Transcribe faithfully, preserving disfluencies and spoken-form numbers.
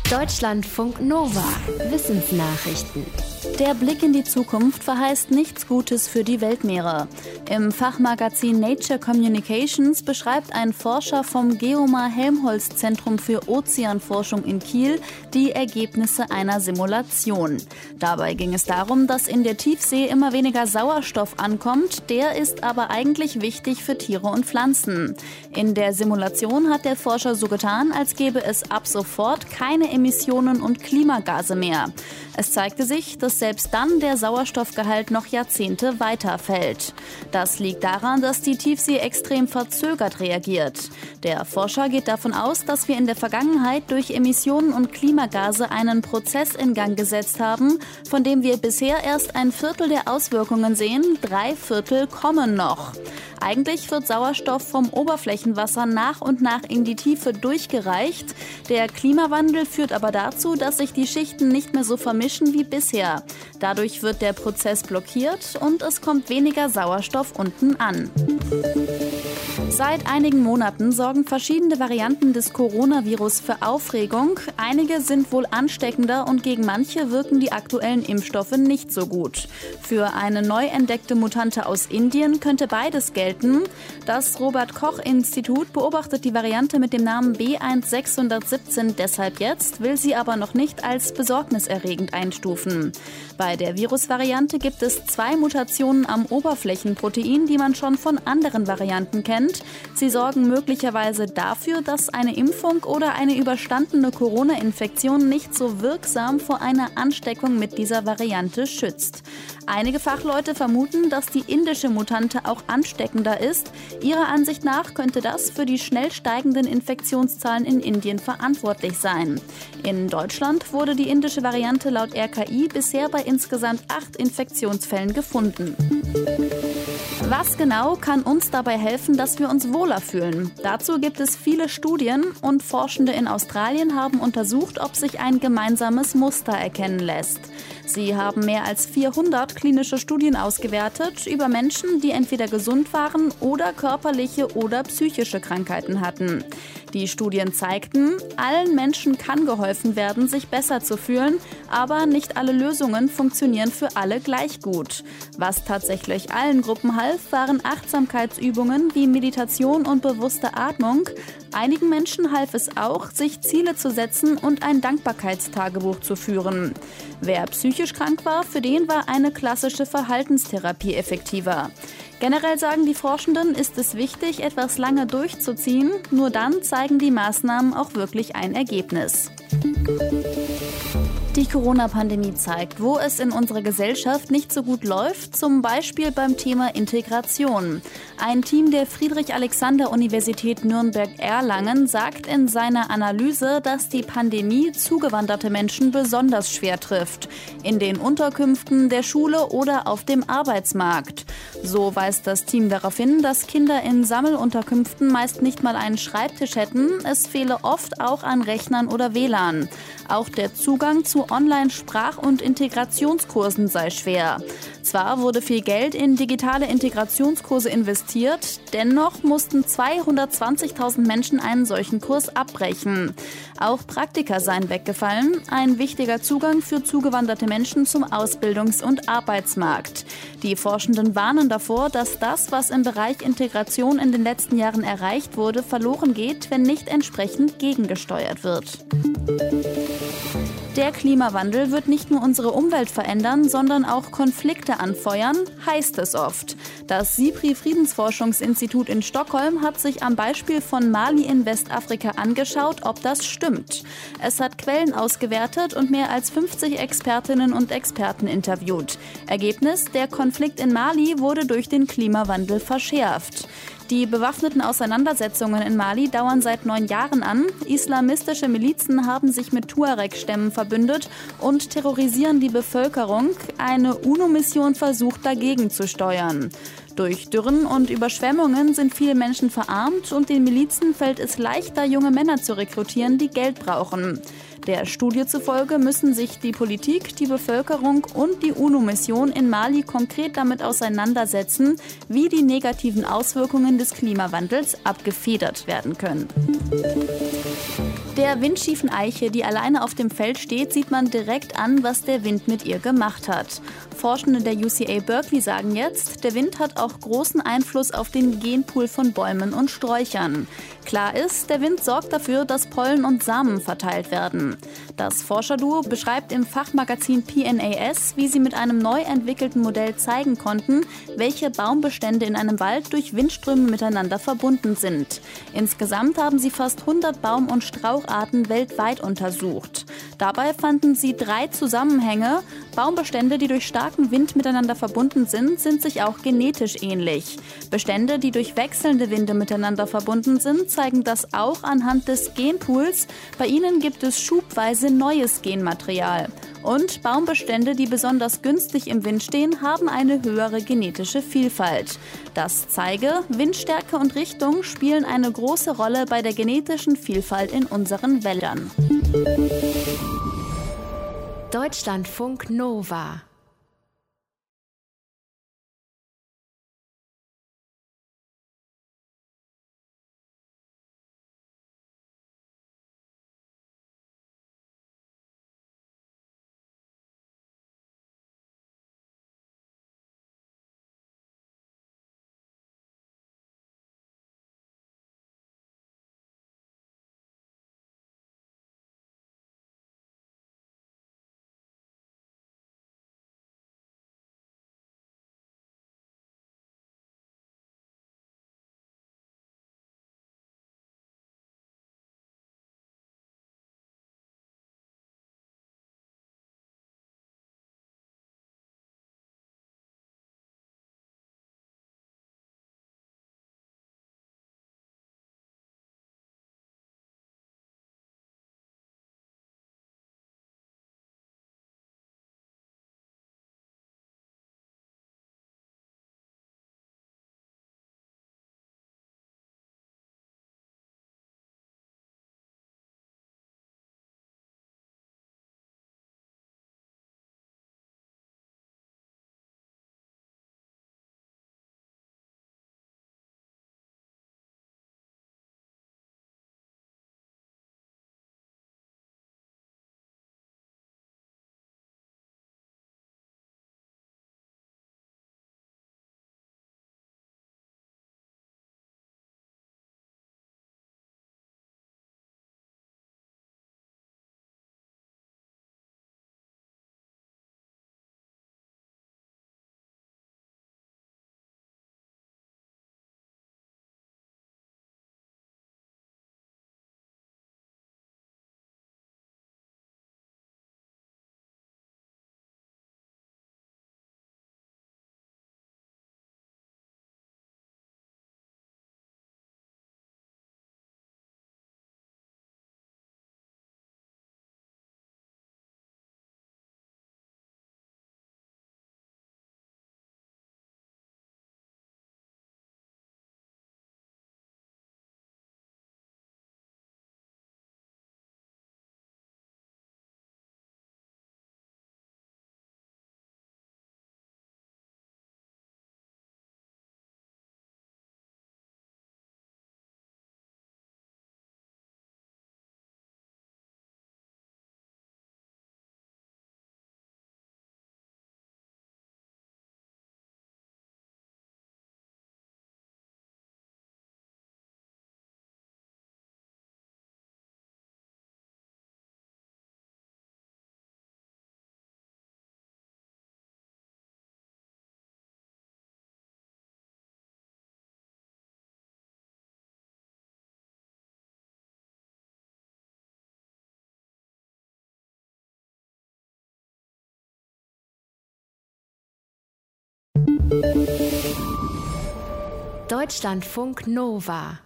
Deutschlandfunk Nova. Wissensnachrichten. Der Blick in die Zukunft verheißt nichts Gutes für die Weltmeere. Im Fachmagazin Nature Communications beschreibt ein Forscher vom Geomar-Helmholtz-Zentrum für Ozeanforschung in Kiel die Ergebnisse einer Simulation. Dabei ging es darum, dass in der Tiefsee immer weniger Sauerstoff ankommt. Der ist aber eigentlich wichtig für Tiere und Pflanzen. In der Simulation hat der Forscher so getan, als gäbe es ab sofort keine Emissionen und Klimagase mehr. Es zeigte sich, dass selbst dann der Sauerstoffgehalt noch Jahrzehnte weiterfällt. Das liegt daran, dass die Tiefsee extrem verzögert reagiert. Der Forscher geht davon aus, dass wir in der Vergangenheit durch Emissionen und Klimagase einen Prozess in Gang gesetzt haben, von dem wir bisher erst ein Viertel der Auswirkungen sehen, drei Viertel kommen noch. Eigentlich wird Sauerstoff vom Oberflächenwasser nach und nach in die Tiefe durchgereicht. Der Klimawandel führt aber dazu, dass sich die Schichten nicht mehr so vermischen wie bisher. Dadurch wird der Prozess blockiert und es kommt weniger Sauerstoff unten an. Seit einigen Monaten sorgen verschiedene Varianten des Coronavirus für Aufregung. Einige sind wohl ansteckender und gegen manche wirken die aktuellen Impfstoffe nicht so gut. Für eine neu entdeckte Mutante aus Indien könnte beides gelten. Das Robert-Koch-Institut beobachtet die Variante mit dem Namen B eins sechs eins sieben deshalb jetzt, will sie aber noch nicht als besorgniserregend einstufen. Bei der Virusvariante gibt es zwei Mutationen am Oberflächenprotein, die man schon von anderen Varianten kennt. Sie sorgen möglicherweise dafür, dass eine Impfung oder eine überstandene Corona-Infektion nicht so wirksam vor einer Ansteckung mit dieser Variante schützt. Einige Fachleute vermuten, dass die indische Mutante auch ansteckender ist. Ihrer Ansicht nach könnte das für die schnell steigenden Infektionszahlen in Indien verantwortlich sein. In Deutschland wurde die indische Variante laut R K I bisher bei insgesamt acht Infektionsfällen gefunden. Was genau kann uns dabei helfen, dass wir uns wohler fühlen? Dazu gibt es viele Studien und Forschende in Australien haben untersucht, ob sich ein gemeinsames Muster erkennen lässt. Sie haben mehr als vierhundert klinische Studien ausgewertet über Menschen, die entweder gesund waren oder körperliche oder psychische Krankheiten hatten. Die Studien zeigten, allen Menschen kann geholfen werden, sich besser zu fühlen, aber nicht alle Lösungen funktionieren für alle gleich gut. Was tatsächlich allen Gruppen half, waren Achtsamkeitsübungen wie Meditation und bewusste Atmung. Einigen Menschen half es auch, sich Ziele zu setzen und ein Dankbarkeitstagebuch zu führen. Wer psychisch krank war, für den war eine klassische Verhaltenstherapie effektiver. Generell sagen die Forschenden, ist es wichtig, etwas lange durchzuziehen. Nur dann zeigen die Maßnahmen auch wirklich ein Ergebnis. Die Corona-Pandemie zeigt, wo es in unserer Gesellschaft nicht so gut läuft, zum Beispiel beim Thema Integration. Ein Team der Friedrich-Alexander-Universität Nürnberg-Erlangen sagt in seiner Analyse, dass die Pandemie zugewanderte Menschen besonders schwer trifft. In den Unterkünften, der Schule oder auf dem Arbeitsmarkt. So weist das Team darauf hin, dass Kinder in Sammelunterkünften meist nicht mal einen Schreibtisch hätten. Es fehle oft auch an Rechnern oder W L A N. Auch der Zugang zu Online-Sprach- und Integrationskursen sei schwer. Zwar wurde viel Geld in digitale Integrationskurse investiert, dennoch mussten zweihundertzwanzigtausend Menschen einen solchen Kurs abbrechen. Auch Praktika seien weggefallen, ein wichtiger Zugang für zugewanderte Menschen zum Ausbildungs- und Arbeitsmarkt. Die Forschenden warnen davor, dass das, was im Bereich Integration in den letzten Jahren erreicht wurde, verloren geht, wenn nicht entsprechend gegengesteuert wird. Der Klimawandel wird nicht nur unsere Umwelt verändern, sondern auch Konflikte anfeuern, heißt es oft. Das SIPRI-Friedensforschungsinstitut in Stockholm hat sich am Beispiel von Mali in Westafrika angeschaut, ob das stimmt. Es hat Quellen ausgewertet und mehr als fünfzig Expertinnen und Experten interviewt. Ergebnis: Der Konflikt in Mali wurde durch den Klimawandel verschärft. Die bewaffneten Auseinandersetzungen in Mali dauern seit neun Jahren an. Islamistische Milizen haben sich mit Tuareg-Stämmen verbündet und terrorisieren die Bevölkerung. Eine UNO-Mission versucht dagegen zu steuern. Durch Dürren und Überschwemmungen sind viele Menschen verarmt und den Milizen fällt es leichter, junge Männer zu rekrutieren, die Geld brauchen. Der Studie zufolge müssen sich die Politik, die Bevölkerung und die UNO-Mission in Mali konkret damit auseinandersetzen, wie die negativen Auswirkungen des Klimawandels abgefedert werden können. Der windschiefen Eiche, die alleine auf dem Feld steht, sieht man direkt an, was der Wind mit ihr gemacht hat. Forschende der U C A Berkeley sagen jetzt, der Wind hat auch großen Einfluss auf den Genpool von Bäumen und Sträuchern. Klar ist, der Wind sorgt dafür, dass Pollen und Samen verteilt werden. Das Forscherduo beschreibt im Fachmagazin P N A S, wie sie mit einem neu entwickelten Modell zeigen konnten, welche Baumbestände in einem Wald durch Windströme miteinander verbunden sind. Insgesamt haben sie fast hundert Baum- und Straucharten weltweit untersucht. Dabei fanden sie drei Zusammenhänge. Baumbestände, die durch starken Wind miteinander verbunden sind, sind sich auch genetisch ähnlich. Bestände, die durch wechselnde Winde miteinander verbunden sind, zeigen das auch anhand des Genpools. Bei ihnen gibt es schubweise neues Genmaterial. Und Baumbestände, die besonders günstig im Wind stehen, haben eine höhere genetische Vielfalt. Das zeige, Windstärke und Richtung spielen eine große Rolle bei der genetischen Vielfalt in unseren Wäldern. Deutschlandfunk Nova. Deutschlandfunk Nova.